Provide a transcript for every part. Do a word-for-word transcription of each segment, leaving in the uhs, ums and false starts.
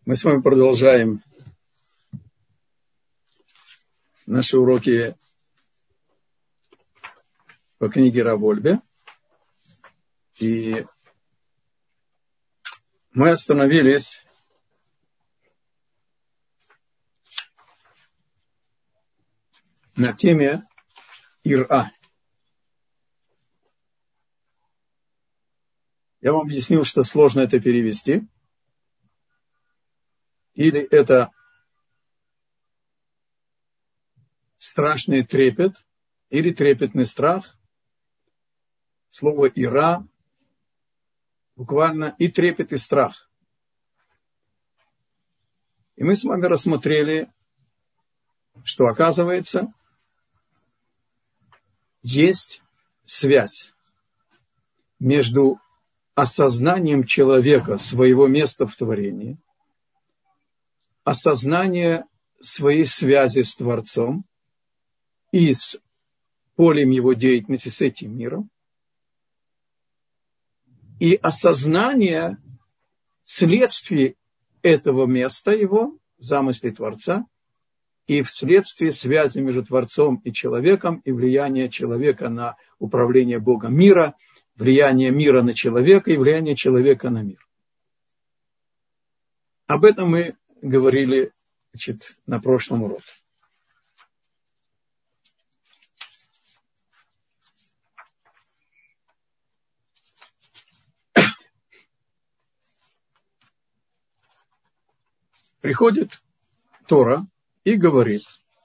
Мы с вами продолжаем наши уроки по книге Рав Вольбе. И мы остановились на теме Ира. Я вам объяснил, что сложно это перевести. Или это страшный трепет, или трепетный страх. Слово «ира» буквально и трепет, и страх. И мы с вами рассмотрели, что, оказывается, есть связь между осознанием человека своего места в творении, осознание своей связи с Творцом и с полем его деятельности, с этим миром, и осознание следствий этого места его, в замысле Творца, и вследствие связи между Творцом и человеком, и влияние человека на управление Богом мира, влияние мира на человека и влияние человека на мир. Об этом мы говорили, значит, на прошлом уроке. Приходит Тора и говорит,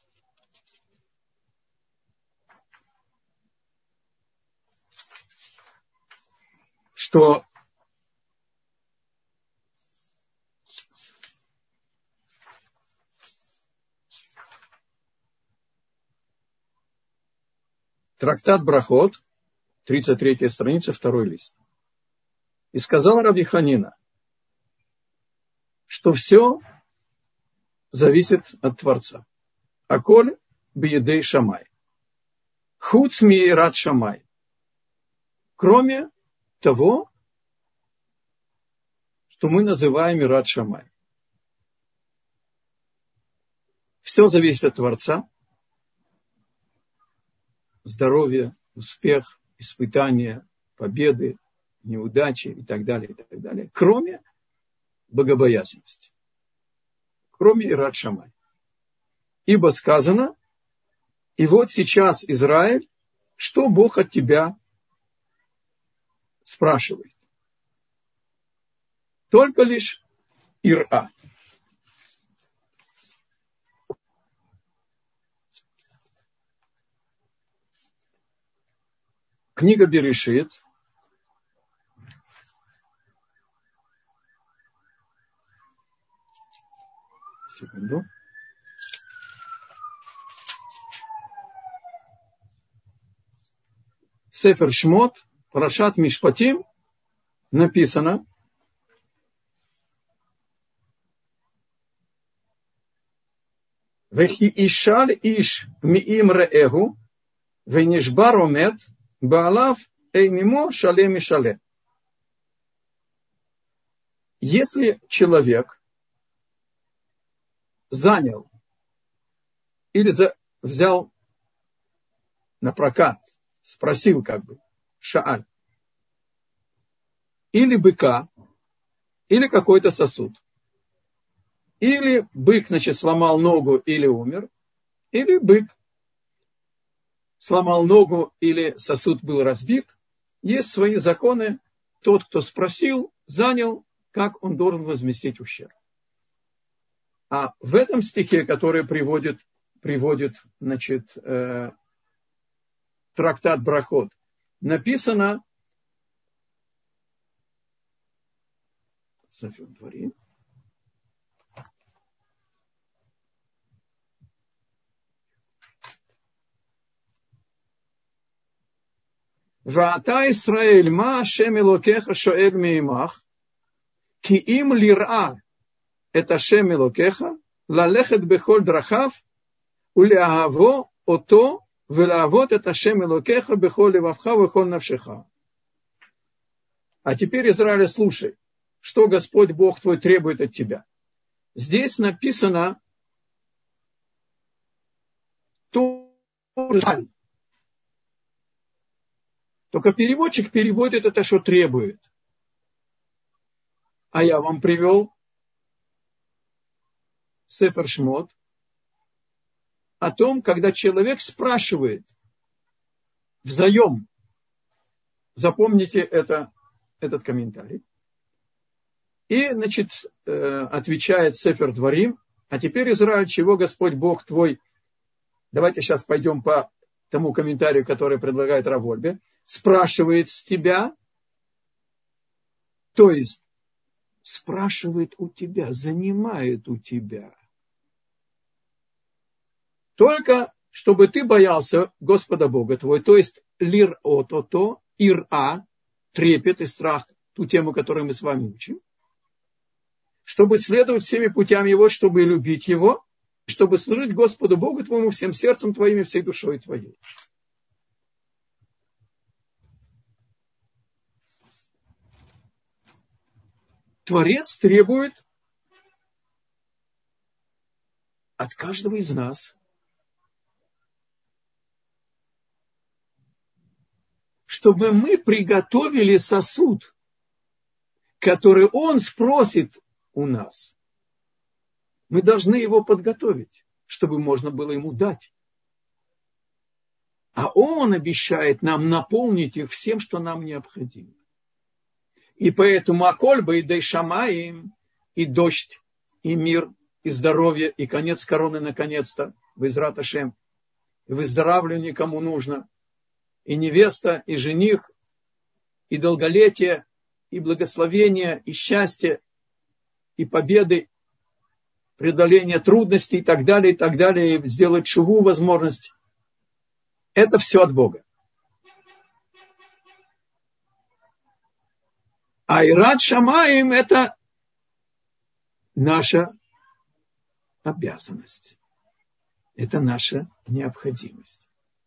что трактат Брахот, тридцать третья страница, второй лист. И сказал Раби Ханина, что все зависит от Творца. Аколь биедей шамай. Хуц миират шамай. Кроме того, что мы называем ират шамай. Все зависит от Творца. Здоровье, успех, испытания, победы, неудачи и так далее, и так далее. Кроме богобоязненности. Кроме ират шамай. Ибо сказано, и вот сейчас, Израиль, что Бог от тебя спрашивает? Только лишь ира. Книга Берешит. Секунду. Сефер Шмот, Парашат Мишпатим, написано, Вехи ишаль иш миим реэгу, венишбар омет, баалав эйнимо шале мишале. Если человек занял или за, взял на прокат, спросил как бы, шааль, или быка, или какой-то сосуд, или бык, значит, сломал ногу или умер, или бык сломал ногу или сосуд был разбит, есть свои законы, тот, кто спросил, занял, как он должен возместить ущерб. А в этом стихе, который приводит, приводит значит, э, трактат Брахот, написано, Ваата Исраэль ма Ашем Элокеха шоэль миимах, ки им лира את השם אלוקיך, ללכת בכל דרכיו, ולאהבו אותו, ולאהבות את השם אלוקיך בכל לבבך ובכל נפשך. А теперь, Израиль, слушай, что Господь Бог твой требует от тебя. здесь написано то же. Только переводчик переводит это, что требует. А я вам привел Сефер Шмот о том, когда человек спрашивает взаим. Запомните это, этот комментарий. И, значит, отвечает Сефер Дворим: а теперь, Израиль, чего Господь Бог твой... Давайте сейчас пойдем по тому комментарию, который предлагает Рав Вольбе. Спрашивает с тебя, то есть спрашивает у тебя, занимает у тебя. Только чтобы ты боялся Господа Бога твой, то есть лир-от-ото, ир-а, трепет и страх, ту тему, которую мы с вами учим, чтобы следовать всеми путями Его, чтобы любить Его, чтобы служить Господу Богу твоему всем сердцем твоим и всей душой твоей. Творец требует от каждого из нас, чтобы мы приготовили сосуд, который Он спросит у нас. Мы должны его подготовить, чтобы можно было ему дать. А Он обещает нам наполнить их всем, что нам необходимо. И поэтому Акольба и Дейшамаим, и дождь, и мир, и здоровье, и конец короны наконец-то, Визрат Ашем, и выздоравливание кому нужно, и невеста, и жених, и долголетие, и благословение, и счастье, и победы, преодоление трудностей и так далее, и так далее, и сделать шуву возможность. Это все от Бога. А ират шамаим – это наша обязанность. Это наша необходимость.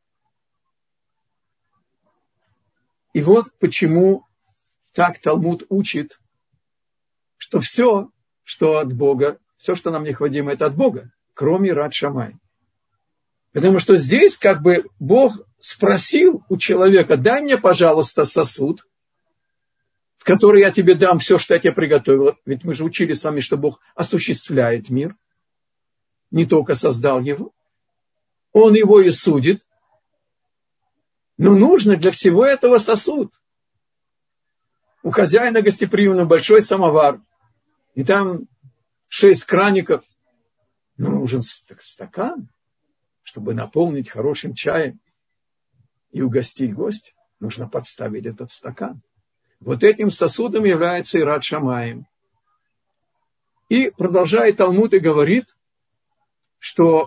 И вот почему так Талмуд учит, что все, что от Бога, все, что нам необходимо, это от Бога, кроме ират шамаим. Потому что здесь как бы Бог спросил у человека: дай мне, пожалуйста, сосуд, в который я тебе дам все, что я тебе приготовил. Ведь мы же учили с вами, что Бог осуществляет мир, не только создал его. Он его и судит. Но нужно для всего этого сосуд. У хозяина гостеприимного большой самовар, и там шесть краников. Но нужен стакан, чтобы наполнить хорошим чаем и угостить гостя. Нужно подставить этот стакан. Вот этим сосудом является ират шамаим. И продолжает Талмуд и говорит, что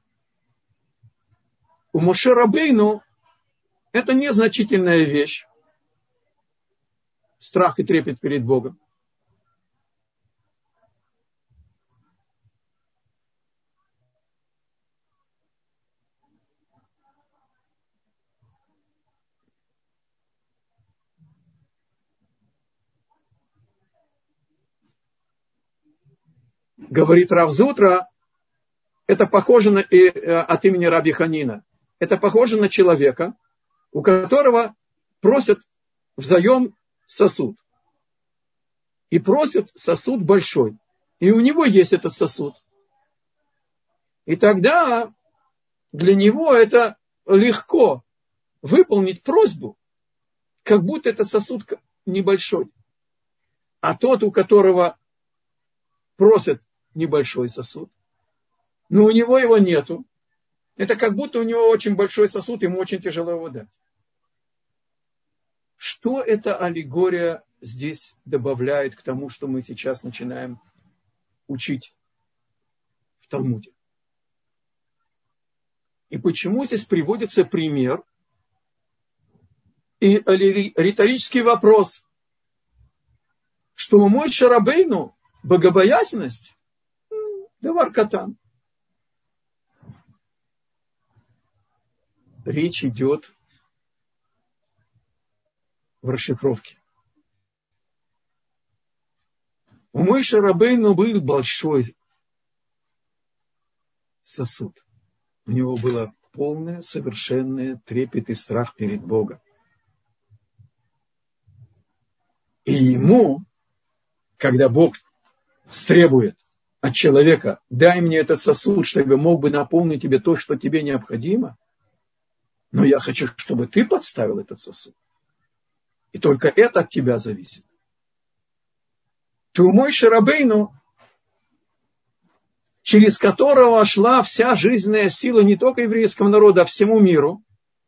у Моше Рабейну это незначительная вещь. Страх и трепет перед Богом. Говорит Рав Зутра, это похоже на, и, от имени Раби Ханина, это похоже на человека, у которого просят взаим сосуд. И просят сосуд большой. И у него есть этот сосуд. И тогда для него это легко выполнить просьбу, как будто это сосуд небольшой. А тот, у которого просят небольшой сосуд, но у него его нету. Это как будто у него очень большой сосуд, ему очень тяжело его дать. Что эта аллегория здесь добавляет к тому, что мы сейчас начинаем учить в Талмуде? И почему здесь приводится пример и риторический вопрос, что у Моше Рабейну богобоязненность – давар катан. Речь идет в расшифровке. У Моше Рабейну был большой сосуд. У него было полное, совершенное трепет и страх перед Богом. И ему, когда Бог требует от человека, дай мне этот сосуд, чтобы мог бы наполнить тебе то, что тебе необходимо, но я хочу, чтобы ты подставил этот сосуд. И только это от тебя зависит. То Моше Рабейну, через которого шла вся жизненная сила не только еврейского народа, а всему миру,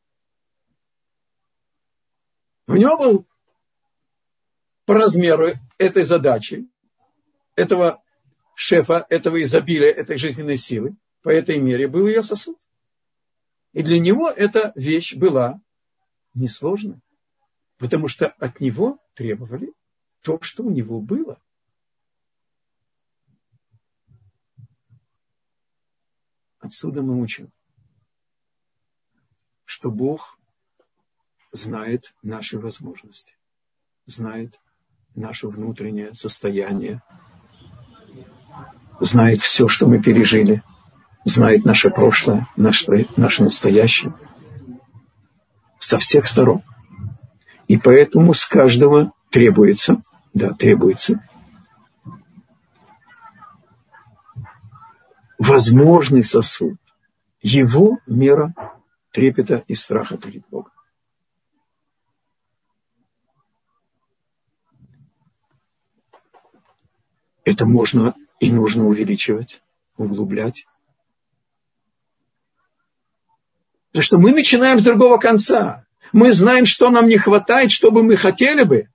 у него был по размеру этой задачи, этого шефа, этого изобилия, этой жизненной силы, по этой мере был ее сосуд. И для него эта вещь была несложной, потому что от него требовали то, что у него было. Отсюда мы учим, что Бог знает наши возможности, знает наше внутреннее состояние, знает все, что мы пережили, знает наше прошлое, наше, наше настоящее со всех сторон. И поэтому с каждого требуется, да, требуется возможный сосуд, его мера трепета и страха перед Богом. Это можно и нужно увеличивать, углублять. Потому что мы начинаем с другого конца. Мы знаем, что нам не хватает, что бы мы хотели бы.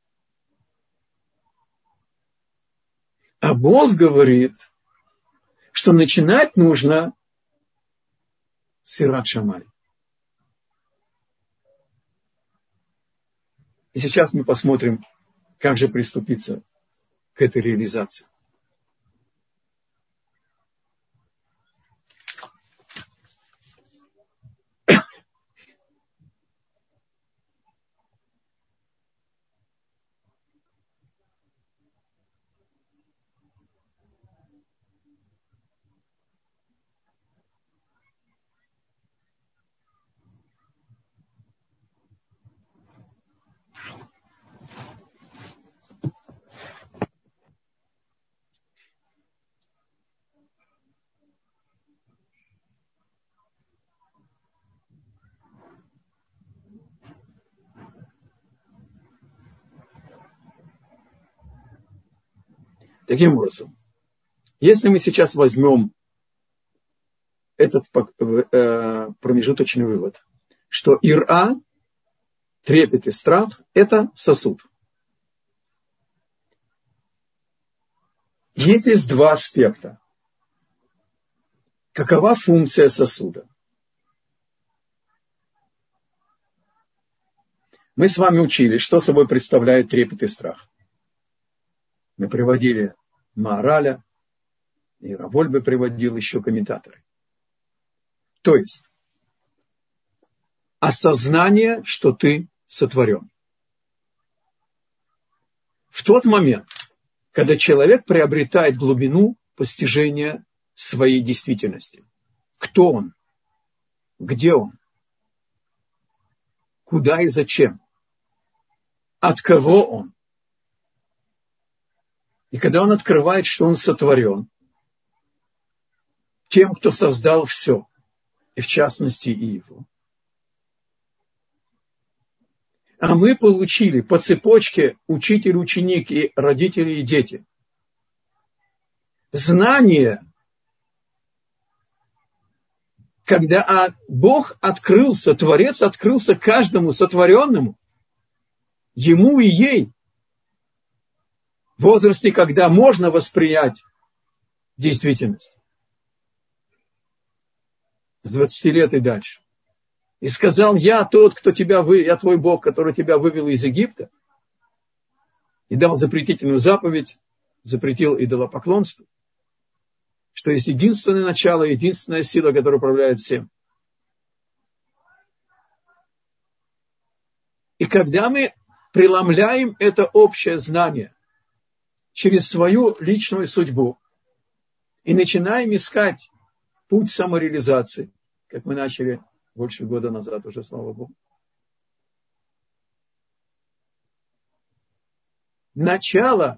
А Бог говорит, что начинать нужно с Ират Шамай. И сейчас мы посмотрим, как же приступиться к этой реализации. Таким образом, если мы сейчас возьмем этот промежуточный вывод, что ира, трепет и страх – это сосуд. Есть здесь два аспекта. Какова функция сосуда? Мы с вами учили, что собой представляет трепет и страх. Мы приводили Маараля, и Равольбе приводил еще комментаторы. То есть, осознание, что ты сотворен. В тот момент, когда человек приобретает глубину постижения своей действительности. Кто он? Где он? Куда и зачем? От кого он? И когда он открывает, что он сотворен тем, кто создал все, и в частности и его. А мы получили по цепочке учитель, ученик и родители и дети. Знание, когда Бог открылся, Творец открылся каждому сотворенному, ему и ей, в возрасте, когда можно воспринять действительность. С двадцати лет и дальше. И сказал: я тот, кто тебя вы, я твой Бог, который тебя вывел из Египта. И дал запретительную заповедь, запретил идолопоклонство, что есть единственное начало, единственная сила, которая управляет всем. И когда мы преломляем это общее знание через свою личную судьбу и начинаем искать путь самореализации, как мы начали больше года назад уже, слава Богу. Начало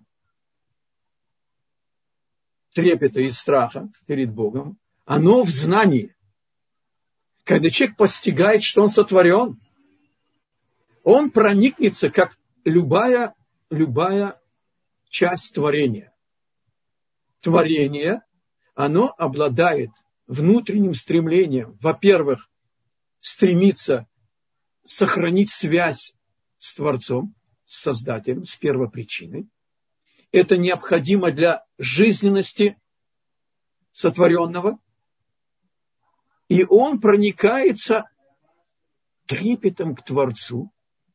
трепета и страха перед Богом, оно в знании. Когда человек постигает, что он сотворен, он проникнется, как любая, любая часть творения. Творение, оно обладает внутренним стремлением, во-первых, стремиться сохранить связь с Творцом, с Создателем, с первопричиной. Это необходимо для жизненности сотворенного. И он проникается трепетом к Творцу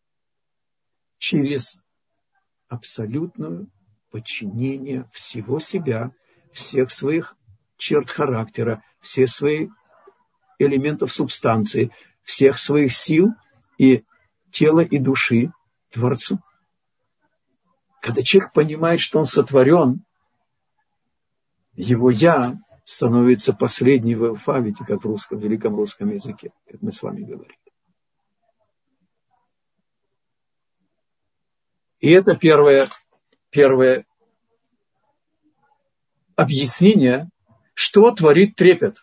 через абсолютное подчинение всего себя, всех своих черт характера, всех своих элементов субстанции, всех своих сил и тела и души Творцу. Когда человек понимает, что он сотворен, его «я» становится последней в алфавите, как в русском, в великом русском языке, как мы с вами говорили. И это первое, первое объяснение, что творит трепет.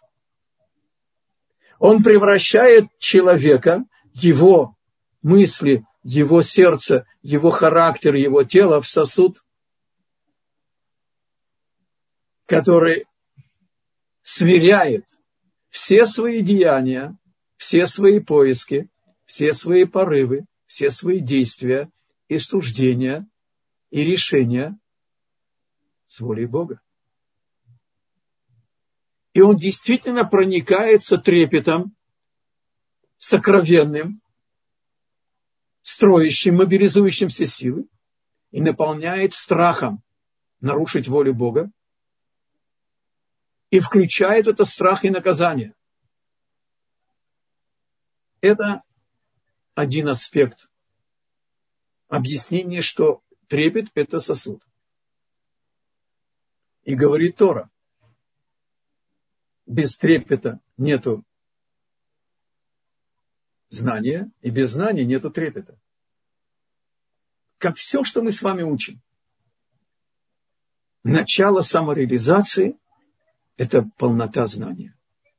Он превращает человека, его мысли, его сердце, его характер, его тело в сосуд, который сверяет все свои деяния, все свои поиски, все свои порывы, все свои действия и суждения и решения с волей Бога. И он действительно проникается трепетом сокровенным, строящим, мобилизующим все силы и наполняет страхом нарушить волю Бога и включает в это страх и наказание. Это один аспект объяснения, что трепет – это сосуд. И говорит Тора, без трепета нету знания, и без знания нету трепета. Как все, что мы с вами учим. Начало самореализации – это полнота знания.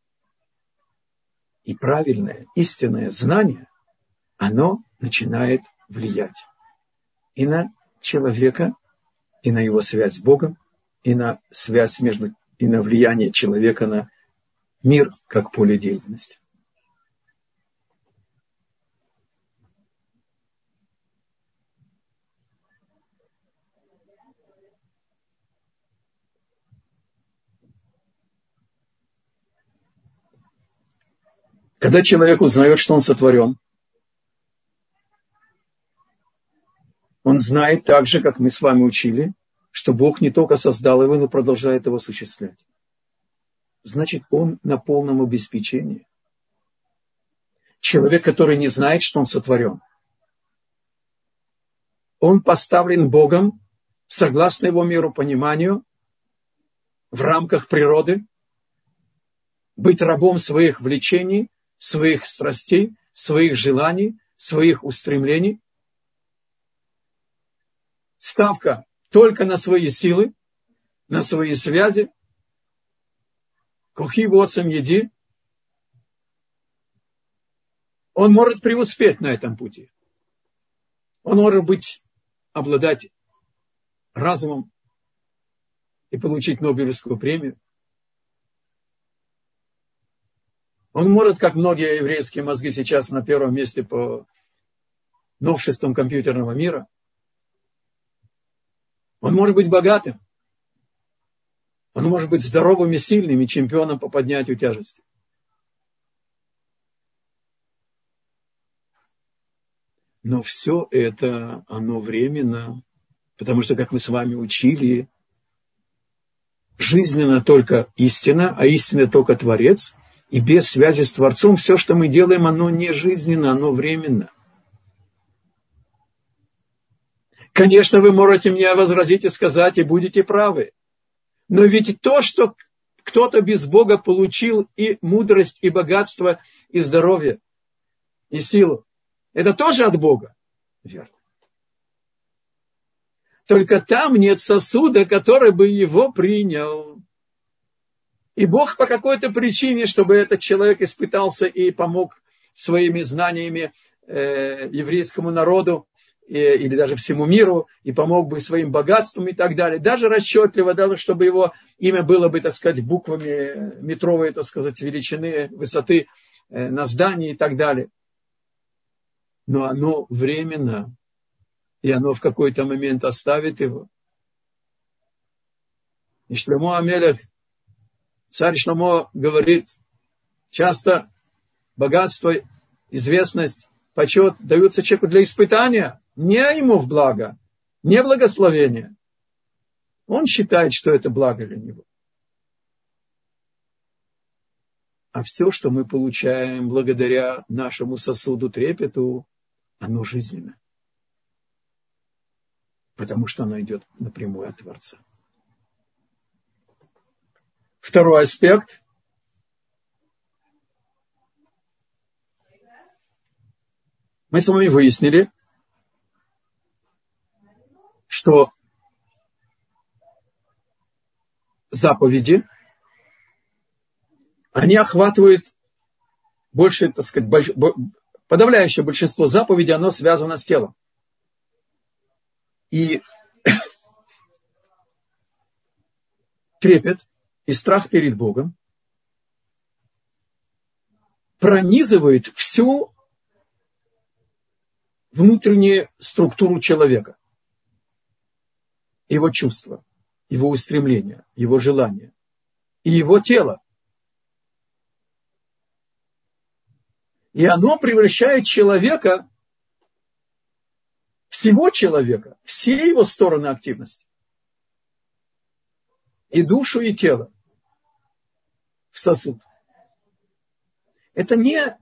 И правильное, истинное знание, оно начинает влиять и на человека, и на его связь с Богом, и на связь между, и на влияние человека на мир как поле деятельности. Когда человек узнает, что он сотворен, он знает так же, как мы с вами учили, что Бог не только создал его, но продолжает его осуществлять. Значит, он на полном обеспечении. Человек, который не знает, что он сотворен, он поставлен Богом, согласно его миропониманию, в рамках природы, быть рабом своих влечений, своих страстей, своих желаний, своих устремлений. Ставка только на свои силы, на свои связи. Кохи воцем еди. Он может преуспеть на этом пути. Он может быть, обладать разумом и получить Нобелевскую премию. Он может, как многие еврейские мозги сейчас на первом месте по новшествам компьютерного мира. Он может быть богатым. Он может быть здоровым и сильным, и чемпионом по поднятию тяжести. Но все это, оно временно, потому что, как мы с вами учили, жизненно только истина, а истина только Творец. И без связи с Творцом все, что мы делаем, оно не жизненно, оно временно. Конечно, вы можете мне возразить и сказать, и будете правы. Но ведь то, что кто-то без Бога получил и мудрость, и богатство, и здоровье, и силу. Это тоже от Бога. Верно. Только там нет сосуда, который бы его принял. И Бог по какой-то причине, чтобы этот человек испытался и помог своими знаниями э, еврейскому народу, э, или даже всему миру, и помог бы своим богатством и так далее. Даже расчетливо, даже чтобы его имя было бы, так сказать, буквами метровой, так сказать, величины, высоты э, на здании и так далее. Но оно временно. И оно в какой-то момент оставит его. И Шломо ха-Мелех, царь Шломо, говорит, часто богатство, известность, почет даются человеку для испытания, не ему в благо, не благословение. Он считает, что это благо для него. А все, что мы получаем благодаря нашему сосуду трепету, оно жизненно. Потому что оно идет напрямую от Творца. Второй аспект. Мы с вами выяснили, что заповеди, они охватывают больше, так сказать, больш... подавляющее большинство заповедей, оно связано с телом. И трепет и страх перед Богом пронизывает всю внутреннюю структуру человека. Его чувства, его устремления, его желания и его тело. И оно превращает человека, всего человека, все его стороны активности, и душу, и тело, в сосуд. Это не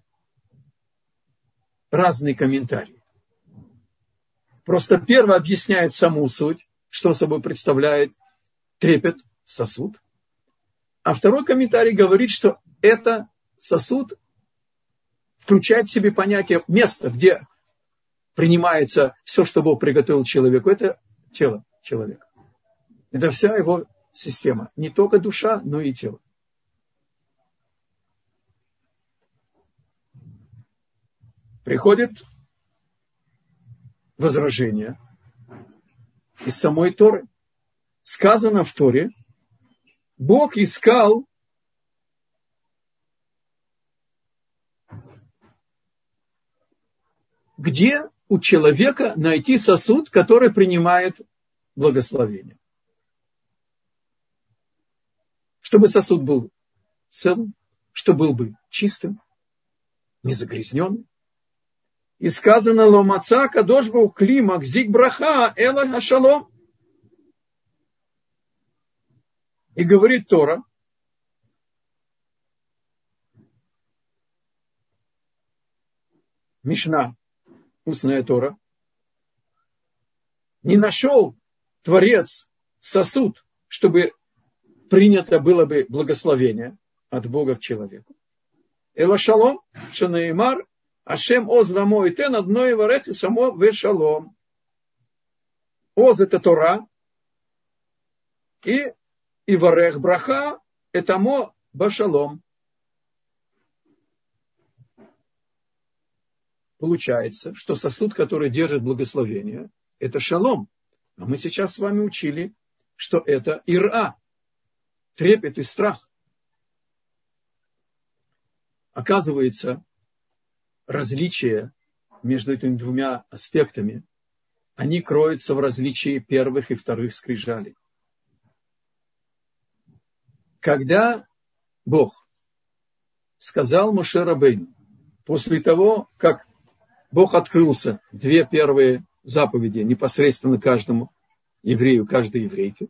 разные комментарии. Просто первый объясняет саму суть, что собой представляет трепет, сосуд. А второй комментарий говорит, что это сосуд включает в себе понятие места, где принимается все, что Бог приготовил человеку. Это тело человека. Это вся его система. Не только душа, но и тело. Приходит возражение из самой Торы. Сказано в Торе, Бог искал где у человека найти сосуд, который принимает благословение. Чтобы сосуд был целым, чтобы был бы чистым, не загрязненным. И сказано ломаца кадош барух кли махзик браха эла хашалом. И говорит Тора, Мишна, устная Тора, не нашел Творец сосуд, чтобы принято было бы благословение от Бога к человеку. Эла шалом, шанеймар, Ашем оз ламо и тен одно и варех и само ве шалом. Оз это Тора, и и варех браха это мо башалом. Получается, что сосуд, который держит благословение, это шалом. А мы сейчас с вами учили, что это ира, трепет и страх. Оказывается, различие между этими двумя аспектами, они кроются в различии первых и вторых скрижалей. Когда Бог сказал Моше Рабейну, после того, как Бог открылся две первые заповеди непосредственно каждому еврею, каждой еврейке,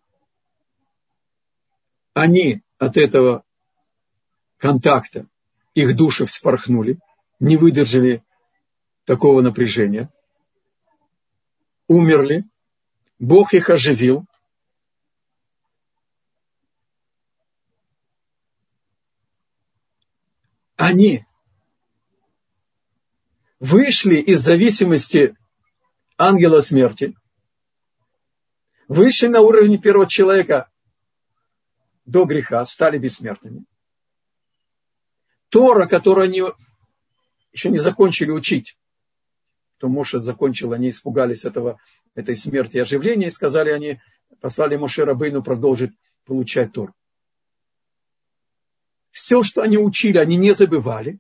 они от этого контакта, их души вспорхнули, не выдержали такого напряжения, умерли, Бог их оживил, они вышли из зависимости ангела смерти, вышли на уровень первого человека до греха, стали бессмертными. Тора, которую они еще не закончили учить, то Моше закончил, они испугались этого, этой смерти и оживления, и сказали они, послали Моше Рабейну продолжить получать Тору. Все, что они учили, они не забывали.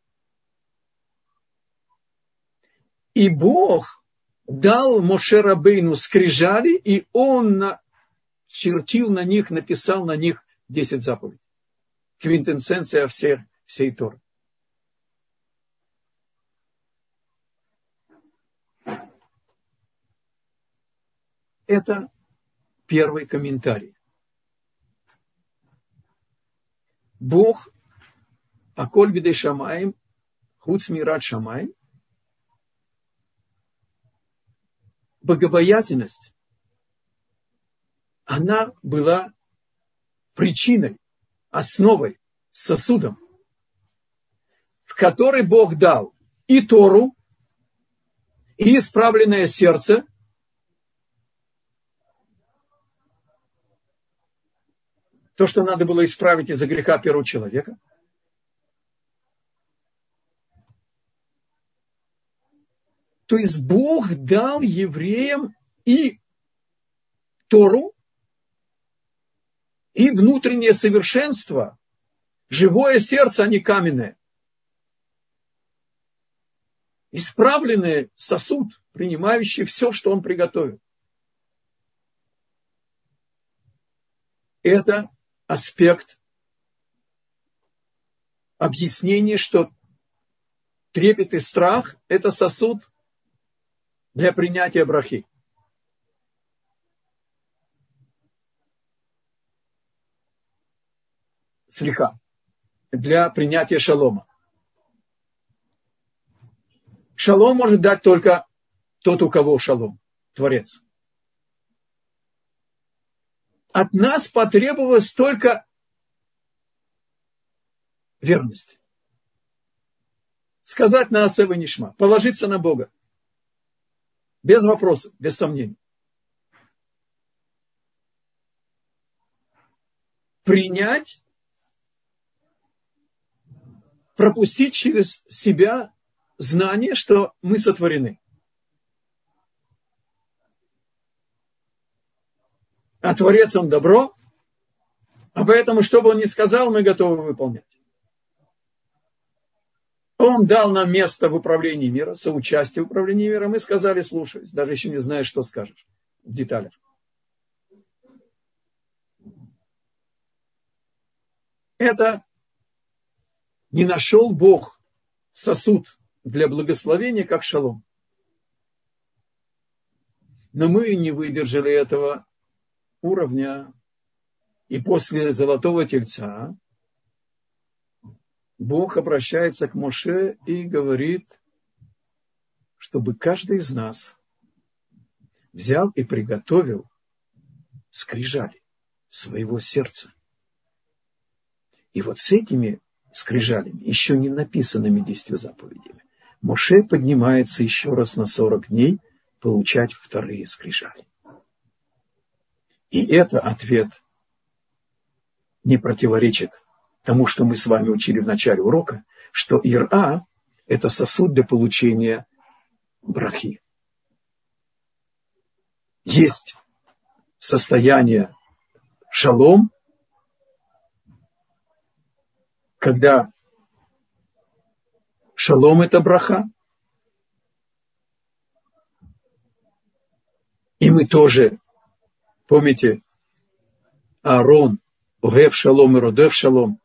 И Бог дал Моше Рабейну скрижали, и он начертил на них, написал на них десять заповедей. Квинтэссенция всей, всей Торы. Это первый комментарий. Бог, аколь бидей шамаим, хуц мират шамаим, богобоязненность, она была причиной, основой, сосудом, в который Бог дал и Тору, и исправленное сердце, то, что надо было исправить из-за греха первого человека. То есть Бог дал евреям и Тору, и внутреннее совершенство, живое сердце, а не каменное. Исправленный сосуд, принимающий все, что он приготовил. Это аспект объяснения, что трепет и страх – это сосуд для принятия брахи. Слиха. Для принятия шалома. Шалом может дать только тот, у кого шалом, Творец. От нас потребовалось только верность. Сказать на асев и нишма, положиться на Бога. Без вопросов, без сомнений. Принять, пропустить через себя знание, что мы сотворены. А Творец он добро, а поэтому, что бы он ни сказал, мы готовы выполнять. Он дал нам место в управлении миром, соучастие в управлении миром. Мы сказали, слушаюсь, даже еще не зная, что скажешь в деталях. Это не нашел Бог сосуд для благословения, как шалом. Но мы не выдержали этого уровня. И после золотого тельца Бог обращается к Моше и говорит, чтобы каждый из нас взял и приготовил скрижали своего сердца. И вот с этими скрижалями, еще не написанными десятью заповедями, Моше поднимается еще раз на сорок дней получать вторые скрижали. И это ответ не противоречит тому, что мы с вами учили в начале урока, что ира – это сосуд для получения брахи. Есть состояние шалом, когда шалом – это браха, и мы тоже, помните, Аарон, Огев шалом и Родев шалом,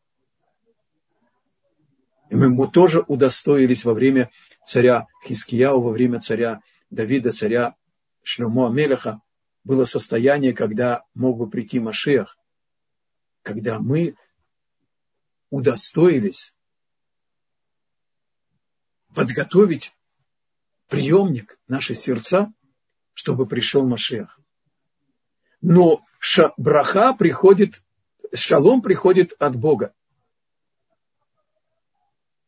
и мы ему тоже удостоились во время царя Хискияу, во время царя Давида, царя Шломо Амелеха, было состояние, когда мог бы прийти Машиах, когда мы удостоились подготовить приемник, наши сердца, чтобы пришел Машиах. Но ша, браха приходит, шалом приходит от Бога.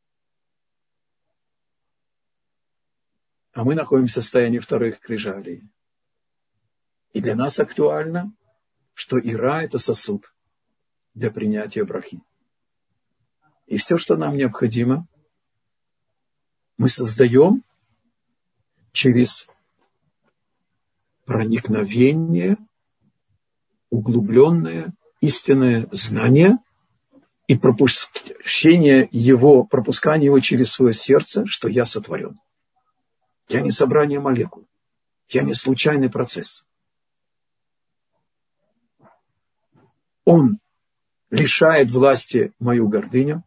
А мы находимся в состоянии вторых скрижалей. И для нас актуально, что ира – это сосуд для принятия брахи. И все, что нам необходимо, мы создаем через проникновение, углубленное, истинное знание и пропускание его, пропускание его через свое сердце, что я сотворен. Я не собрание молекул. Я не случайный процесс. Он лишает власти мою гордыню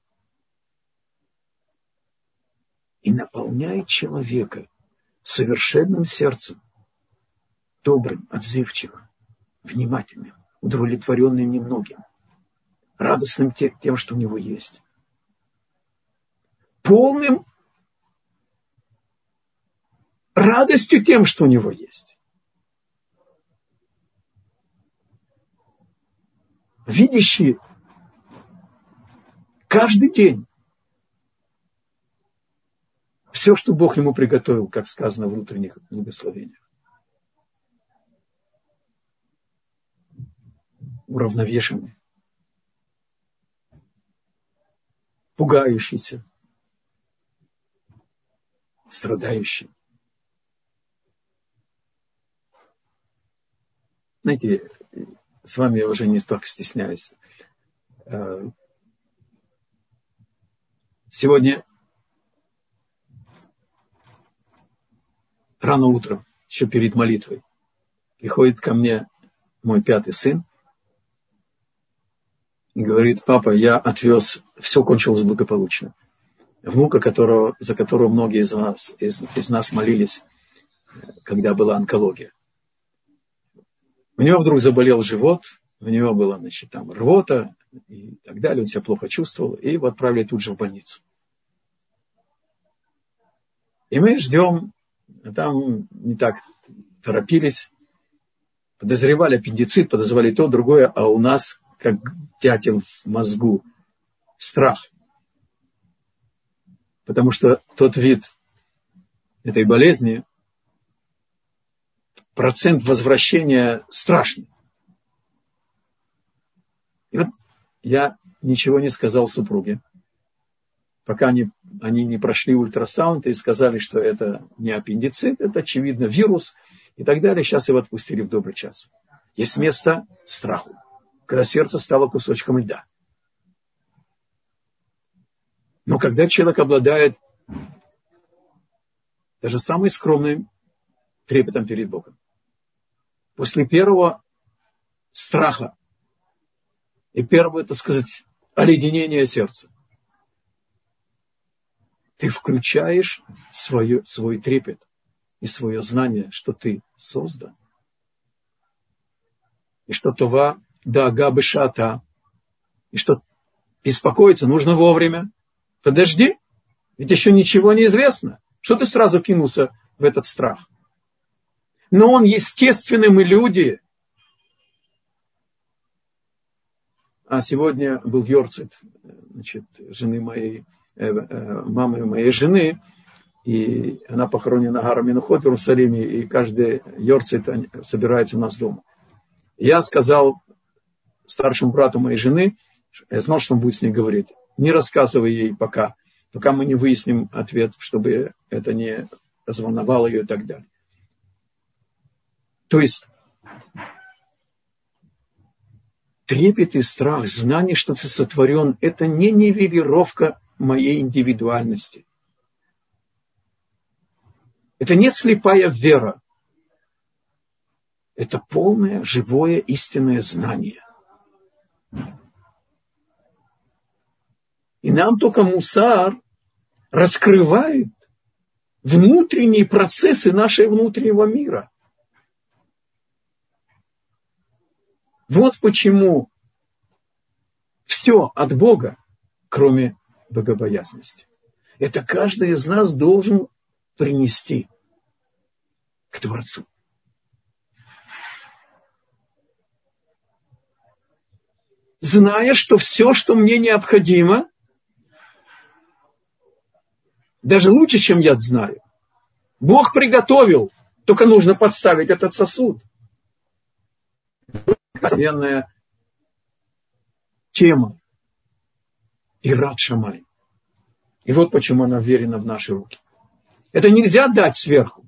и наполняет человека совершенным сердцем, добрым, отзывчивым, внимательным, удовлетворенным немногим, радостным тем, что у него есть, полным радостью тем, что у него есть, видящий каждый день все, что Бог ему приготовил, как сказано в внутренних благословениях. Уравновешенный, пугающийся, страдающий. Знаете, с вами я уже не так стесняюсь. Сегодня рано утром, еще перед молитвой, приходит ко мне мой пятый сын и говорит: папа, я отвез, все кончилось благополучно. Внука, которого, за которого многие из нас, из, из нас молились, когда была онкология. У него вдруг заболел живот, у него была, значит, там рвота и так далее, он себя плохо чувствовал, и его отправили тут же в больницу. И мы ждем, а там не так торопились, подозревали аппендицит, подозревали то, другое, а у нас, как дятел в мозгу, страх. Потому что тот вид этой болезни, процент возвращения страшный. И вот я ничего не сказал супруге, пока они, они не прошли ультрасаунд и сказали, что это не аппендицит, это, очевидно, вирус и так далее. Сейчас его отпустили в добрый час. Есть место страху, когда сердце стало кусочком льда. Но когда человек обладает даже самым скромным трепетом перед Богом, после первого страха и первого, так сказать, оледенения сердца, ты включаешь свое, свой трепет и свое знание, что ты создан. И что това дага бешата, и что беспокоиться нужно вовремя. Подожди, ведь еще ничего не известно. Что ты сразу кинулся в этот страх? Но он естественный, мы люди. А сегодня был йорцит, значит, жены моей, э, э, мамы моей жены, и она похоронена Гара Менухот в Иерусалиме, и каждый йорцит собирается у нас дома. Я сказал старшему брату моей жены, я знал, что он будет с ней говорить, не рассказывай ей пока, пока мы не выясним ответ, чтобы это не разволновало ее и так далее. То есть трепет и страх, знание, что ты сотворен, это не нивелировка моей индивидуальности. Это не слепая вера. Это полное, живое, истинное знание. И нам только мусар раскрывает внутренние процессы нашего внутреннего мира. Вот почему все от Бога, кроме богобоязности. Это каждый из нас должен принести к Творцу. Зная, что все, что мне необходимо, даже лучше, чем я знаю, Бог приготовил, только нужно подставить этот сосуд. Постоянная тема. Ират Шамай. И вот почему она вверена в наши руки. Это нельзя дать сверху.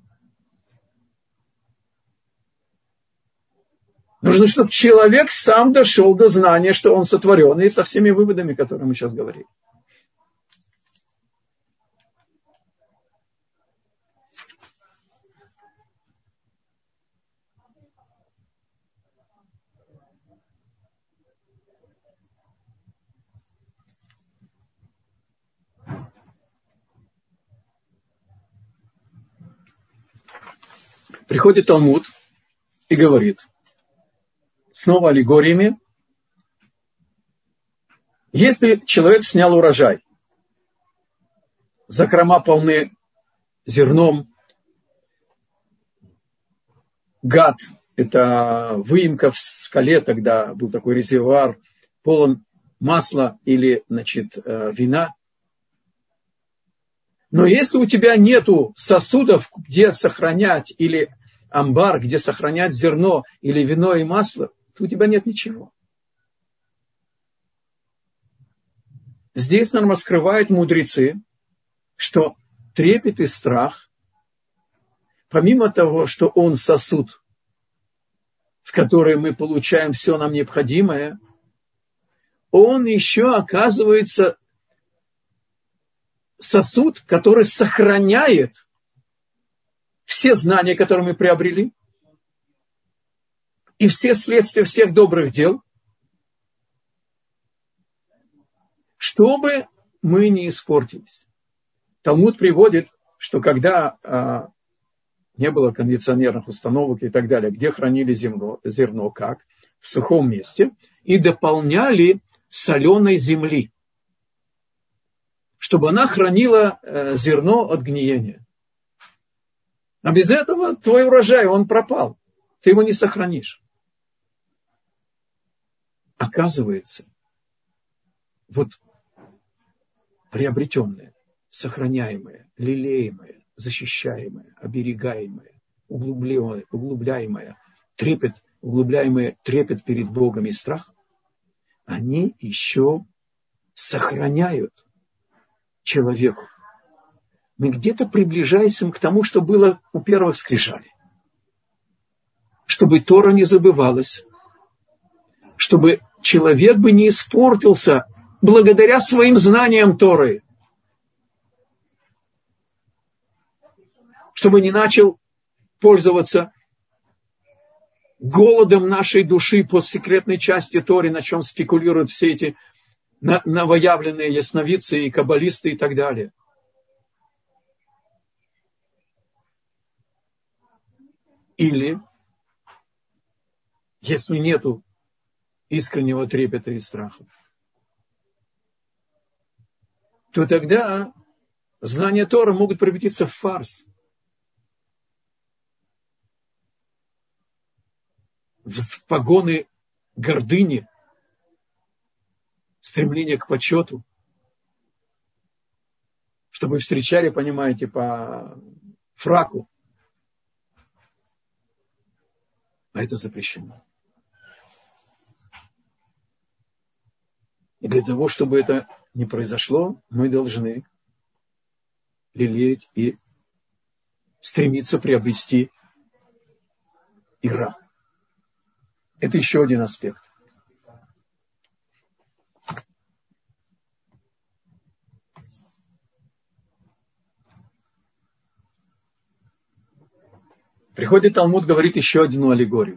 Нужно, чтобы человек сам дошел до знания, что он сотворенный, со всеми выводами, которые мы сейчас говорили. Приходит Талмуд и говорит, снова аллегориями, если человек снял урожай, закрома полны зерном, гад, это выемка в скале, тогда был такой резервуар, полон масла или, значит, вина. Но если у тебя нету сосудов, где сохранять, или амбар, где сохранять зерно, или вино и масло, то у тебя нет ничего. Здесь нам раскрывают мудрецы, что трепет и страх, помимо того, что он сосуд, в который мы получаем все нам необходимое, он еще оказывается сосуд, который сохраняет все знания, которые мы приобрели, и все следствия всех добрых дел, чтобы мы не испортились. Талмуд приводит, что когда а, не было кондиционерных установок и так далее, где хранили зерно, зерно как? В сухом месте, и дополняли соленой земли, чтобы она хранила э, зерно от гниения. А без этого твой урожай, он пропал. Ты его не сохранишь. Оказывается, вот приобретенное, сохраняемое, лелеемое, защищаемое, оберегаемое, углубляемое, углубляемое, трепет, углубляемое трепет перед Богом и страх, они еще сохраняют человеку. Мы где-то приближаемся к тому, что было у первых скрижалей. Чтобы Тора не забывалась. Чтобы человек бы не испортился благодаря своим знаниям Торы. Чтобы не начал пользоваться голодом нашей души по секретной части Торы, на чем спекулируют все эти новоявленные ясновидцы и каббалисты и так далее. Или, если нету искреннего трепета и страха, то тогда знания Торы могут превратиться в фарс, в погоны гордыни, стремление к почету, чтобы встречали, понимаете, по фраку. А это запрещено. И для того, чтобы это не произошло, мы должны лелеять и стремиться приобрести ира. Это еще один аспект. Приходит Талмуд, говорит еще одну аллегорию.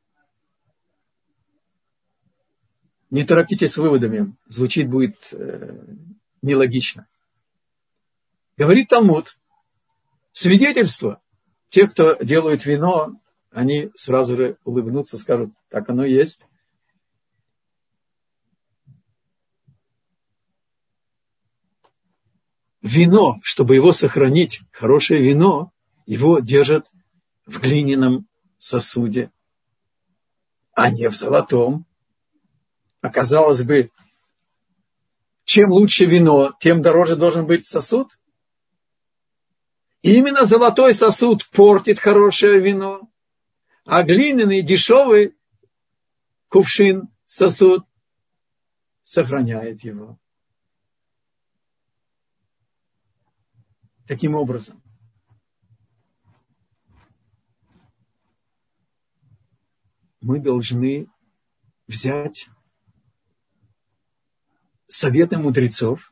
Не торопитесь с выводами, звучит будет э, нелогично. Говорит Талмуд, свидетельство, те, кто делают вино, они сразу же улыбнутся, скажут, так оно и есть. Вино, чтобы его сохранить, хорошее вино, его держат в глиняном сосуде, а не в золотом. А казалось бы, чем лучше вино, тем дороже должен быть сосуд. Именно золотой сосуд портит хорошее вино, а глиняный дешевый кувшин, сосуд, сохраняет его. Таким образом, мы должны взять советы мудрецов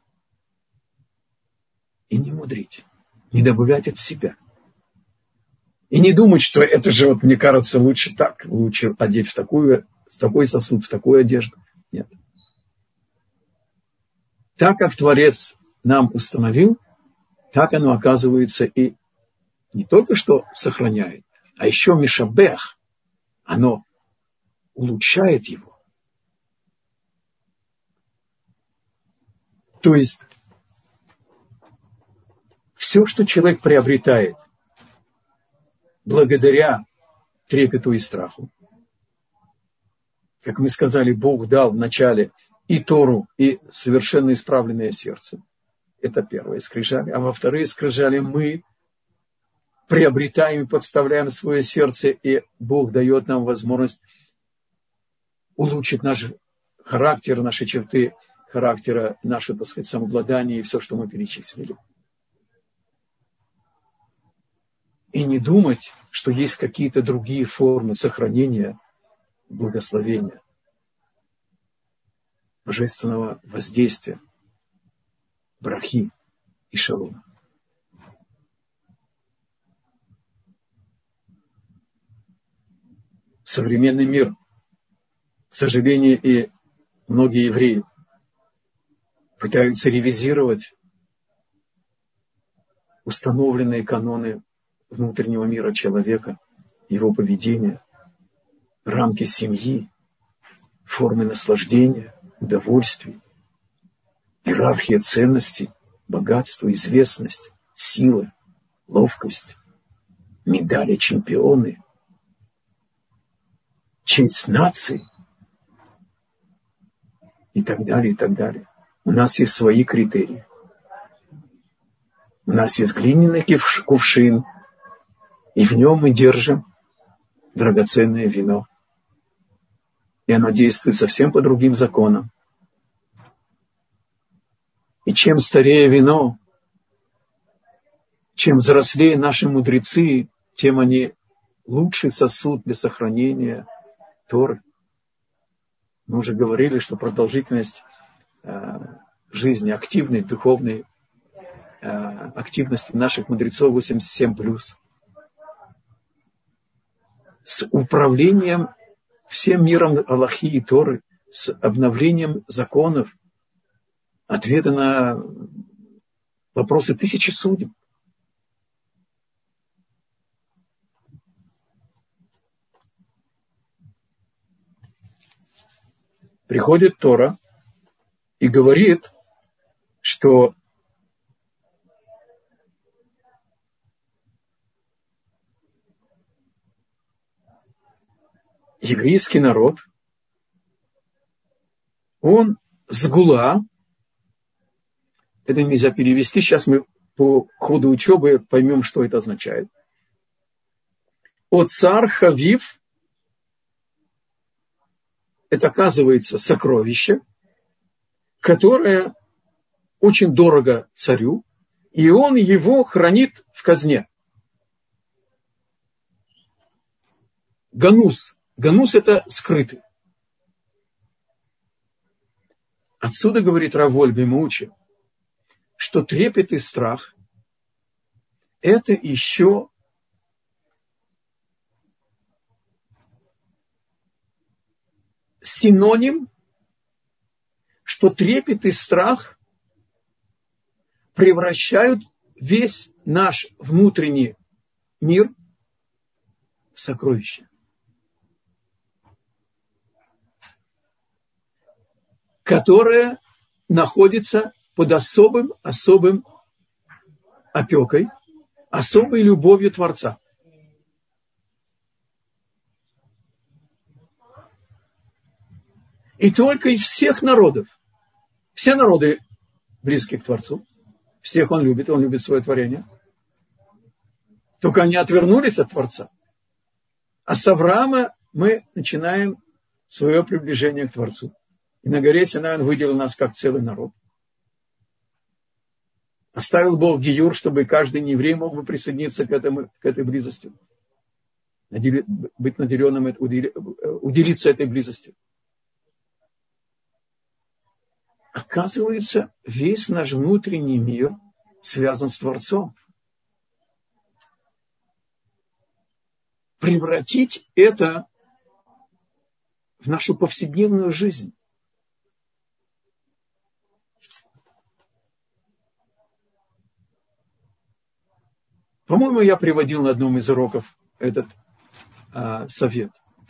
и не мудрить, не добавлять от себя. И не думать, что это же, вот, мне кажется, лучше так, лучше одеть в такую, в такой сосуд, в такую одежду. Нет. Так, как Творец нам установил, так оно, оказывается, и не только что сохраняет, а еще мишабех, оно улучшает его. То есть, все, что человек приобретает благодаря трепету и страху, как мы сказали, Бог дал вначале и Тору, и совершенно исправленное сердце. Это первое скрижали. А во-вторых, скрижали мы приобретаем и подставляем свое сердце, и Бог дает нам возможность улучшить наш характер, наши черты характера, наше, так сказать, самообладание и все, что мы перечислили. И не думать, что есть какие-то другие формы сохранения благословения, божественного воздействия, брахи и шалома. Современный мир, к сожалению, и многие евреи пытаются ревизировать установленные каноны внутреннего мира человека, его поведения, рамки семьи, формы наслаждения, удовольствий, иерархия ценностей, богатство, известность, сила, ловкость, медали чемпионы, честь нации и так далее, и так далее. У нас есть свои критерии. У нас есть глиняный кувшин, и в нем мы держим драгоценное вино. И оно действует совсем по другим законам. И чем старее вино, чем взрослее наши мудрецы, тем они лучший сосуд для сохранения Торы. Мы уже говорили, что продолжительность э, жизни, активной, духовной э, активности наших мудрецов восемьдесят семь плюс. С управлением всем миром Аллахи и Торы, с обновлением законов, ответы на вопросы тысячи судеб. Приходит Тора и говорит, что еврейский народ, он сгула, это нельзя перевести, сейчас мы по ходу учебы поймем, что это означает. От цар Хавив, это оказывается сокровище, которое очень дорого царю, и он его хранит в казне. Ганус. Ганус – это скрытый. Отсюда, говорит Рав Вольбе, мы учим, что трепет и страх – это еще синоним, что трепет и страх превращают весь наш внутренний мир в сокровище, которое находится под особым, особым опекой, особой любовью Творца. И только из всех народов, все народы близкие к Творцу, всех он любит, он любит свое творение, Только они отвернулись от Творца. А с Авраама мы начинаем свое приближение к Творцу. И на горе Синай он выделил нас как целый народ. Оставил Бог гиюр, чтобы каждый нееврей мог бы присоединиться к, этому, к этой близости. Быть наделенным, уделиться этой близостью. Оказывается, весь наш внутренний мир связан с Творцом. Превратить это в нашу повседневную жизнь. По-моему, я приводил на одном из уроков этот а, совет.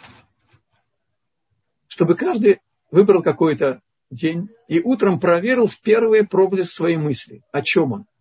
Чтобы каждый выбрал какой-то день и утром проверил в первые проблеск своей мысли. О чем он?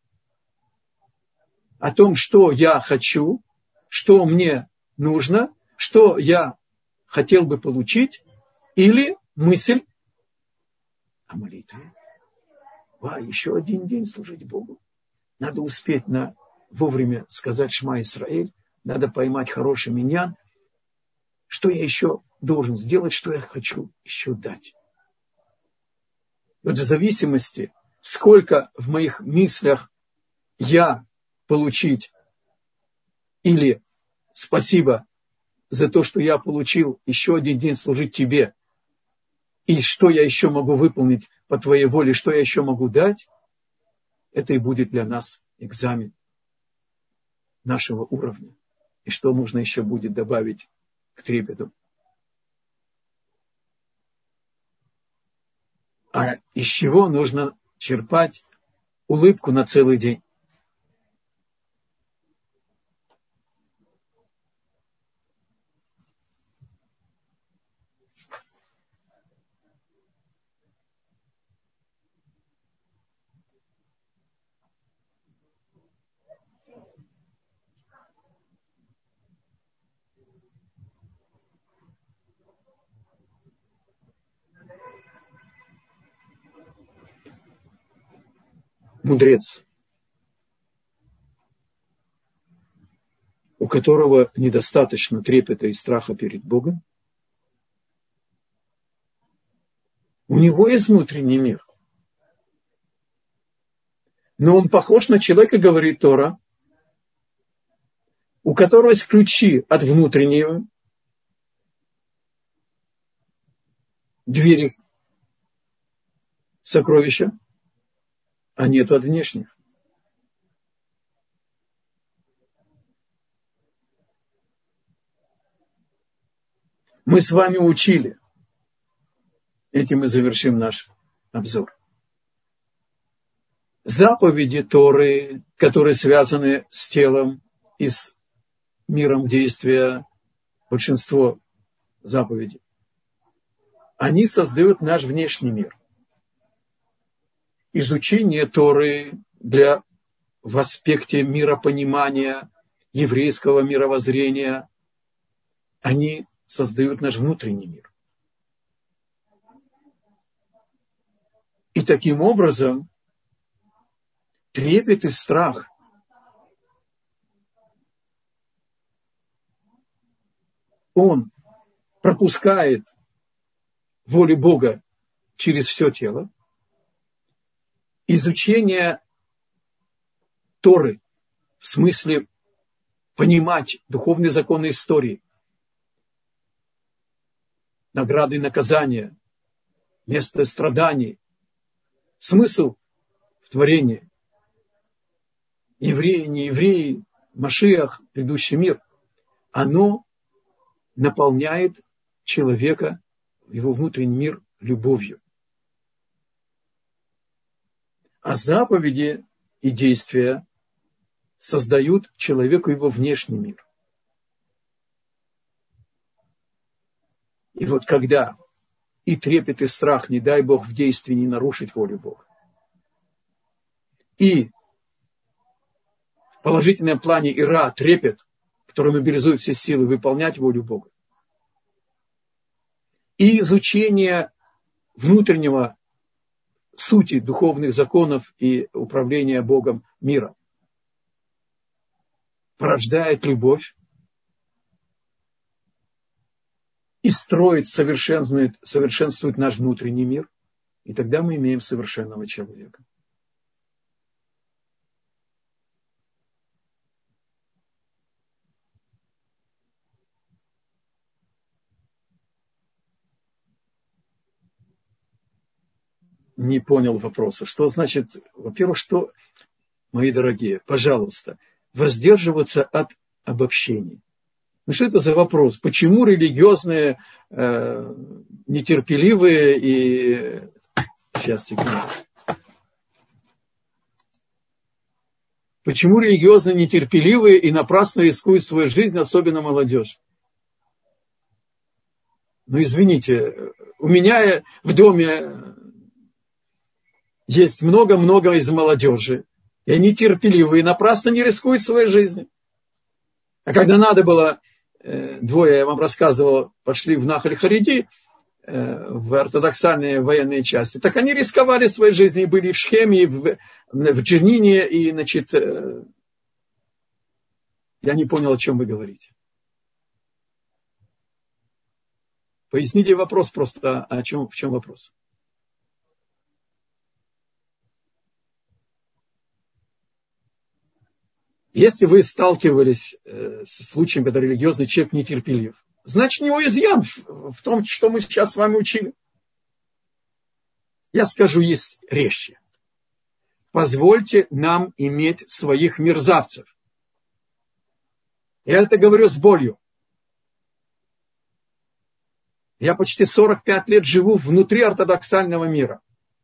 О том, что я хочу, что мне нужно, что я хотел бы получить, или мысль о молитве. А, еще один день служить Богу. Надо успеть на вовремя сказать Шма Исраэль, надо поймать хороший миньян. Что я еще должен сделать, что я хочу еще дать. Вот в зависимости, сколько в моих мыслях я получить или спасибо за то, что я получил еще один день служить тебе, и что я еще могу выполнить по твоей воле, что я еще могу дать, это и будет для нас экзамен нашего уровня. И что нужно еще будет добавить к трепету. А из чего нужно черпать улыбку на целый день? Мудрец, у которого недостаточно трепета и страха перед Богом, у него есть внутренний мир. Но он похож на человека, говорит Тора, у которого есть ключи от внутреннего двери сокровища, а нету от внешних. Мы с вами учили. Этим мы завершим наш обзор. Заповеди Торы, которые связаны с телом и с миром действия, большинство заповедей, они создают наш внешний мир. Изучение Торы для, в аспекте миропонимания, еврейского мировоззрения, они создают наш внутренний мир. И таким образом трепет и страх он пропускает волю Бога через все тело. Изучение Торы в смысле понимать духовные законы истории, награды и наказания, место страданий, смысл в творении, евреи, не евреи, Машиах, грядущий мир, оно наполняет человека, его внутренний мир, любовью. А заповеди и действия создают человеку его внешний мир. И вот когда и трепет, и страх, не дай Бог в действии не нарушить волю Бога, и в положительном плане ира, трепет, который мобилизует все силы выполнять волю Бога, и изучение внутреннего сути духовных законов и управления Богом мира. порождает любовь и строит, совершенствует, совершенствует наш внутренний мир. И тогда мы имеем совершенного человека. Не понял вопроса. Что значит, во-первых, что, мои дорогие, пожалуйста, воздерживаться от обобщений. Ну что это за вопрос? Почему религиозные э, нетерпеливые и... Сейчас, секунду. Почему религиозные нетерпеливые и напрасно рискуют свою жизнь, особенно молодежь? Ну, извините, у меня в доме есть много-много из молодежи. И они терпеливые, напрасно не рискуют своей жизнью. А когда надо было, двое, я вам рассказывал, пошли в Нахаль Хариди, в ортодоксальные военные части, так они рисковали своей жизнью, и были в Шхеме, и в, в Дженине, и, значит, я не понял, о чем вы говорите. Поясните вопрос просто, о чем, в чем вопрос. Если вы сталкивались с случаем, когда религиозный человек нетерпелив, значит, у него изъян в, в том, что мы сейчас с вами учили. Я скажу есть резче. Позвольте нам иметь своих мерзавцев. Я это говорю с болью. Я почти сорок пять лет живу внутри ортодоксального мира.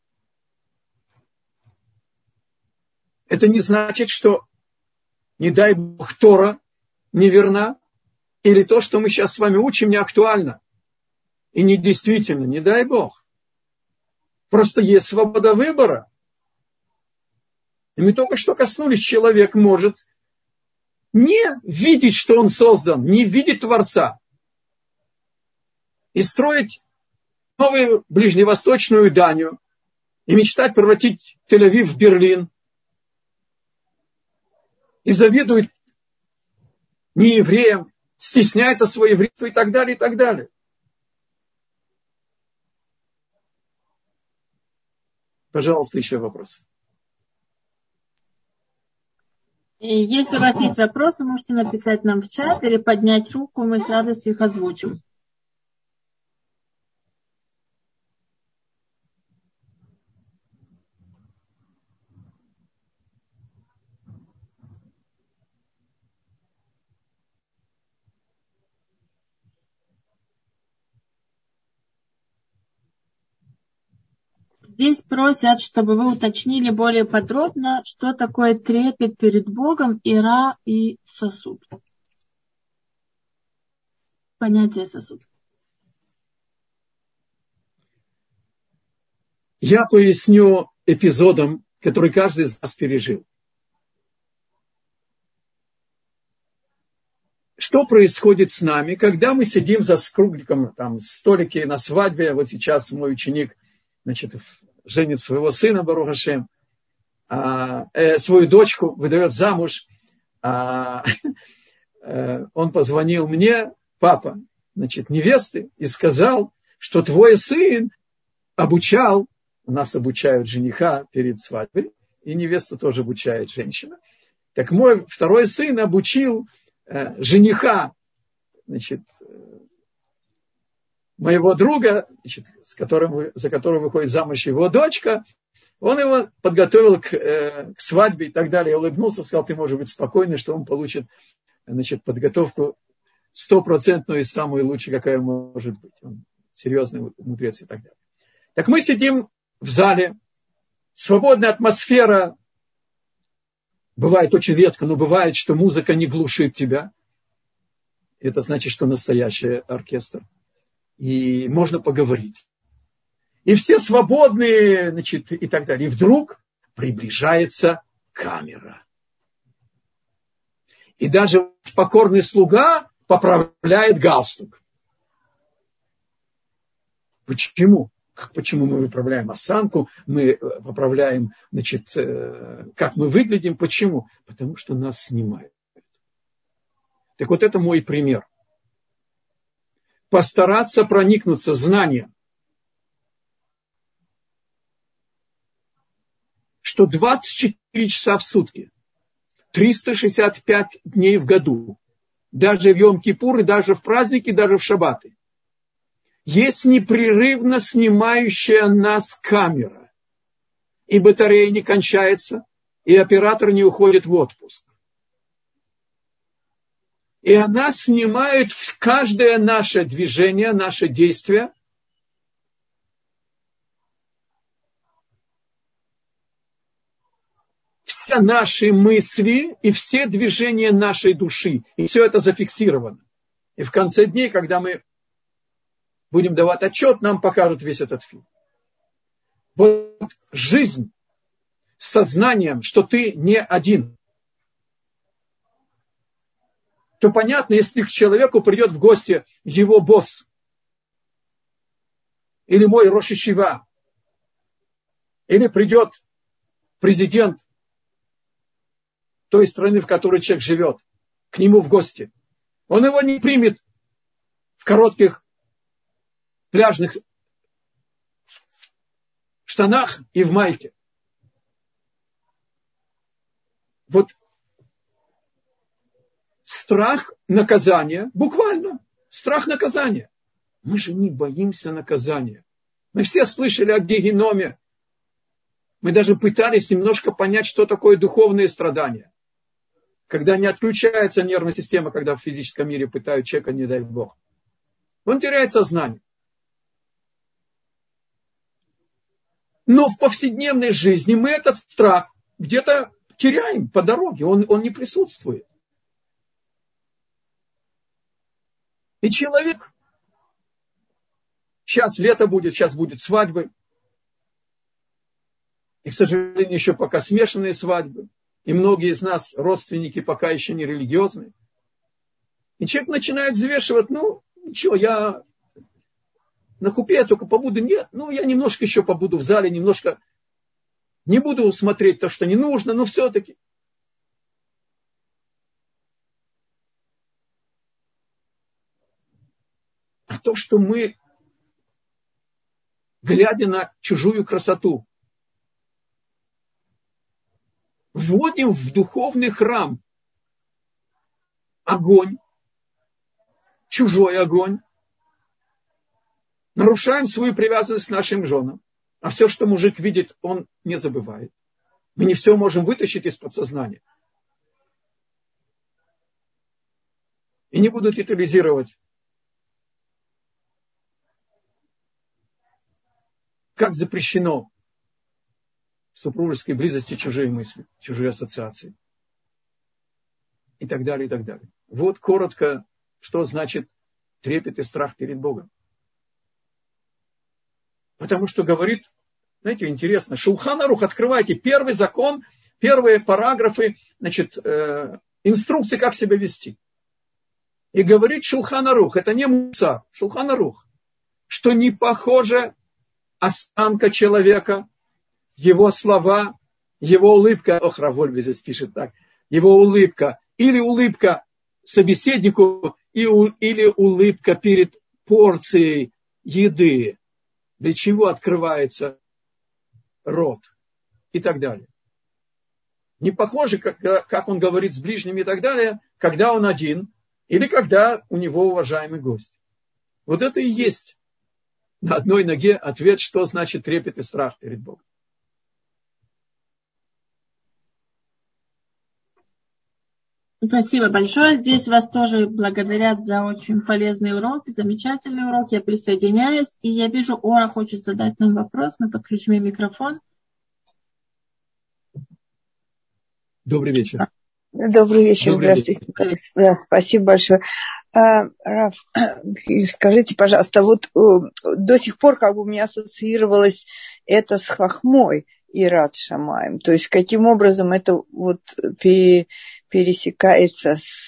Это не значит, что, не дай Бог, Тора неверна, или то, что мы сейчас с вами учим, не актуально. И не действительно, не дай Бог. Просто есть свобода выбора. И мы только что коснулись, человек может не видеть, что он создан, не видеть Творца. И строить новую ближневосточную Данию. И мечтать превратить Тель-Авив в Берлин. И завидует неевреям, стесняется своего еврейства и так далее, и так далее. Пожалуйста, еще вопрос. Если у вас есть вопросы, можете написать нам в чат или поднять руку, мы с радостью их озвучим. Здесь просят, чтобы вы уточнили более подробно, что такое трепет перед Богом, ира и сосуд. Понятие сосуд. Я поясню эпизодом, который каждый из нас пережил. Что происходит с нами, когда мы сидим за кругликом, там, столики на свадьбе. Вот сейчас мой ученик, значит, женит своего сына, Барух Ашем, а, э, свою дочку выдает замуж. А, э, он позвонил мне, папа, значит, невесты, и сказал, что твой сын обучал, у нас обучают жениха перед свадьбой, и невесту тоже обучает женщина. Так мой второй сын обучил э, жениха, значит, моего друга, значит, с которым, за которого выходит замуж его дочка, он его подготовил к, э, к свадьбе и так далее. Я улыбнулся, сказал, ты можешь быть спокойный, что он получит, значит, подготовку стопроцентную и самую лучшую, какая может быть. Он серьезный мудрец и так далее. Так мы сидим в зале, свободная атмосфера. Бывает очень редко, но бывает, что музыка не глушит тебя. Это значит, что настоящий оркестр. И можно поговорить. И все свободные, значит, и так далее. И вдруг приближается камера. И даже покорный слуга поправляет галстук. Почему? Как, почему мы выправляем осанку, мы поправляем, значит, как мы выглядим. Почему? Потому что нас снимают. Так вот это мой пример. Постараться проникнуться знанием, что двадцать четыре часа в сутки, триста шестьдесят пять дней в году, даже в Йом-Кипур, и даже в праздники, даже в шаббаты, есть непрерывно снимающая нас камера. И батарея не кончается, и оператор не уходит в отпуск. И она снимает каждое наше движение, наше действие. Все наши мысли и все движения нашей души. И все это зафиксировано. И в конце дней, когда мы будем давать отчет, нам покажут весь этот фильм. Вот жизнь с сознанием, что ты не один. То понятно, если к человеку придет в гости его босс, или мой рош йешива, или придет президент той страны, в которой человек живет, к нему в гости, он его не примет в коротких пляжных штанах и в майке. Вот страх наказания, буквально, страх наказания. Мы же не боимся наказания. Мы все слышали о гегеноме. Мы даже пытались немножко понять, что такое духовные страдания. Когда не отключается нервная система, когда в физическом мире пытают человека, не дай Бог. Он теряет сознание. Но в повседневной жизни мы этот страх где-то теряем по дороге. Он, он не присутствует. И человек, сейчас лето будет, сейчас будет свадьбы. И, к сожалению, еще пока смешанные свадьбы. И многие из нас, родственники, пока еще не религиозные. И человек начинает взвешивать, ну, ничего, я на хупе я только побуду. Нет, ну, я немножко еще побуду в зале, немножко не буду смотреть то, что не нужно, но все-таки. А то, что мы, глядя на чужую красоту, вводим в духовный храм огонь, чужой огонь, нарушаем свою привязанность к нашим женам, а все, что мужик видит, он не забывает. Мы не все можем вытащить из подсознания. И не буду титулизировать, как запрещено в супружеской близости чужие мысли, чужие ассоциации. И так далее, и так далее. Вот коротко, что значит трепет и страх перед Богом. Потому что говорит, знаете, интересно, Шулхан Арух, открывайте первый закон, первые параграфы, значит, э, инструкции, как себя вести. И говорит Шулхан Арух, это не Мусар, Шулхан Арух, что не похоже осанка человека, его слова, его улыбка, ох, Равольби здесь пишет так, его улыбка, или улыбка собеседнику, или улыбка перед порцией еды, для чего открывается рот и так далее. Не похоже, как, как он говорит с ближними и так далее, когда он один, или когда у него уважаемый гость. Вот это и есть на одной ноге ответ, что значит трепет и страх перед Богом. Спасибо большое. Здесь вас тоже благодарят за очень полезный урок, замечательный урок. Я присоединяюсь. И я вижу, Ора хочет задать нам вопрос. Мы подключим ей микрофон. Добрый вечер. Добрый вечер. Добрый Здравствуйте. Вечер. Да, спасибо большое. А, Раф, скажите, пожалуйста, вот до сих пор как бы у меня ассоциировалось это с хохмой Ират Шамаем. То есть, каким образом это вот пересекается с...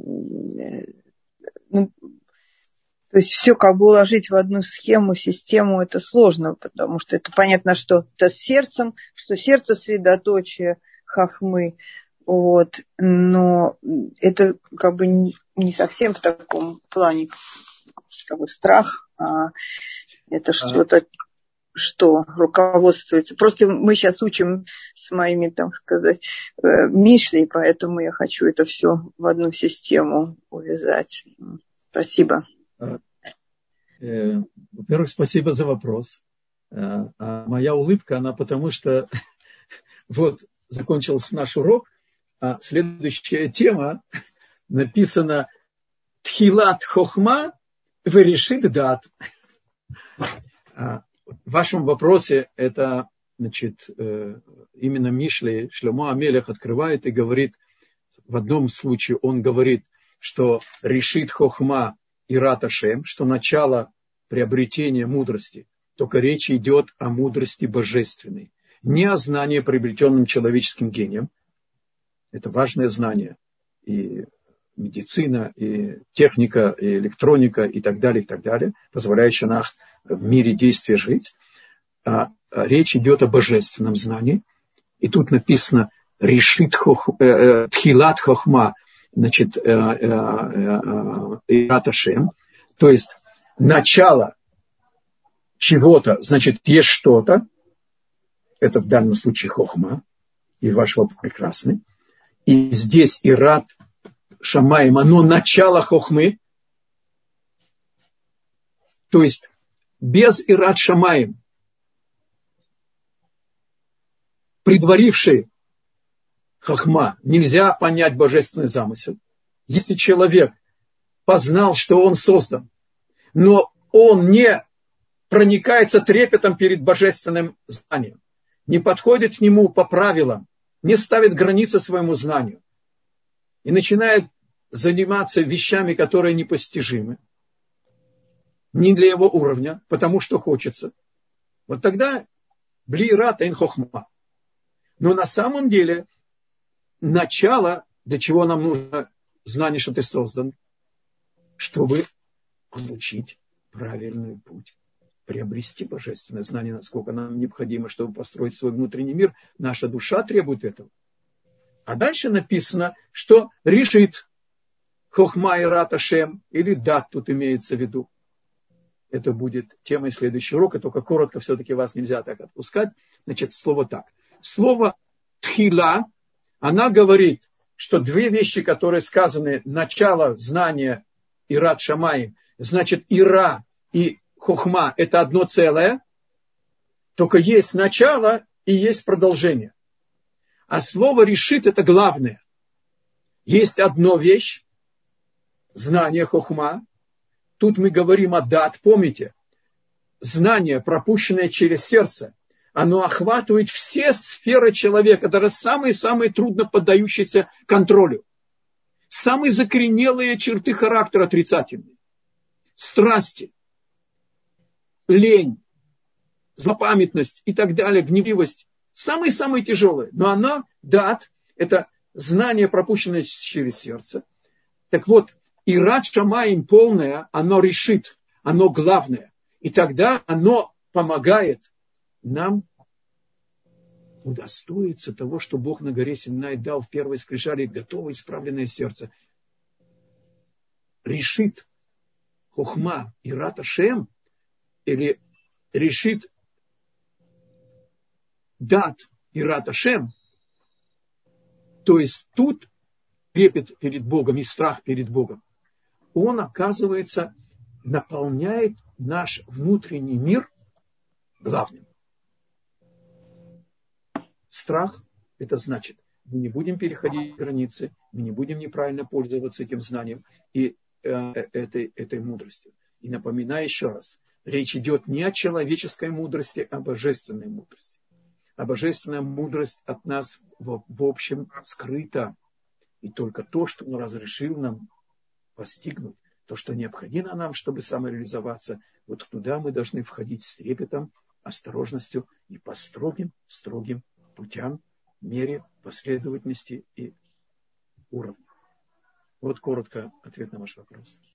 Ну, то есть, все как бы уложить в одну схему, систему, это сложно, потому что это понятно, что это с сердцем, что сердце средоточие хохмы, вот, но это как бы не совсем в таком плане, как бы страх, а это что-то, что руководствуется. Просто мы сейчас учим с моими, там сказать, Мишлей, поэтому я хочу это все в одну систему увязать. Спасибо. Во-первых, спасибо за вопрос. А моя улыбка, она потому что вот закончился наш урок, а следующая тема написана «Тхилат хохма верешит дат». В вашем вопросе это, значит, именно Мишлей, Шломо Амелех открывает и говорит, в одном случае он говорит, что решит хохма ират Ашем, что начало приобретения мудрости, только речь идет о мудрости божественной, не о знании, приобретенном человеческим гением. Это важное знание. И медицина, и техника, и электроника, и так далее, и так далее, позволяющие нам в мире действия жить. А речь идет о божественном знании. И тут написано решит хох, э, тхилат хохма, значит, ират Ашем. То есть начало чего-то, значит, есть что-то. Это в данном случае хохма. И ваш вопрос прекрасный. И здесь ират Шамаим, оно начало хохмы. То есть без ират Шамаим, предваривший хохма, нельзя понять божественный замысел. Если человек познал, что он создан, но он не проникается трепетом перед божественным знанием, не подходит к нему по правилам, не ставит границы своему знанию и начинает заниматься вещами, которые непостижимы, не для его уровня, потому что хочется, вот тогда бли ират эйн хохма. Но на самом деле начало, для чего нам нужно знание, что ты создан, чтобы получить правильный путь, приобрести божественное знание, насколько нам необходимо, чтобы построить свой внутренний мир. Наша душа требует этого. А дальше написано, что решит хохма ират Ашем, или дат тут имеется в виду. Это будет темой следующего урока, только коротко, все-таки вас нельзя так отпускать. Значит, слово так. Слово тхила, она говорит, что две вещи, которые сказаны, начало знания ират Шамаим, значит, ира и хохма – это одно целое, только есть начало и есть продолжение. А слово решит – это главное. Есть одна вещь, знание хохма. Тут мы говорим о дат, помните? Знание, пропущенное через сердце, оно охватывает все сферы человека, даже самые-самые трудно поддающиеся контролю. Самые закоренелые черты характера отрицательные. Страсти, лень, злопамятность и так далее, гневливость. Самые-самые тяжелые. Но она, дат, это знание, пропущенное через сердце. Так вот, ират Шамаим полное, оно решит, оно главное. И тогда оно помогает нам удостоиться того, что Бог на горе Синай дал в первой скрижали готовое исправленное сердце. Решит хохма ират Ашем, или решит дат ират Ашем, то есть тут трепет перед Богом и страх перед Богом, он, оказывается, наполняет наш внутренний мир главным. Страх – это значит, мы не будем переходить границы, мы не будем неправильно пользоваться этим знанием и э, этой, этой мудростью. И напоминаю еще раз, речь идет не о человеческой мудрости, а о божественной мудрости. А божественная мудрость от нас в, в общем скрыта. И только то, что Он разрешил нам постигнуть, то, что необходимо нам, чтобы самореализоваться, вот туда мы должны входить с трепетом, осторожностью и по строгим, строгим путям, мере, последовательности и уровню. Вот коротко ответ на ваш вопрос.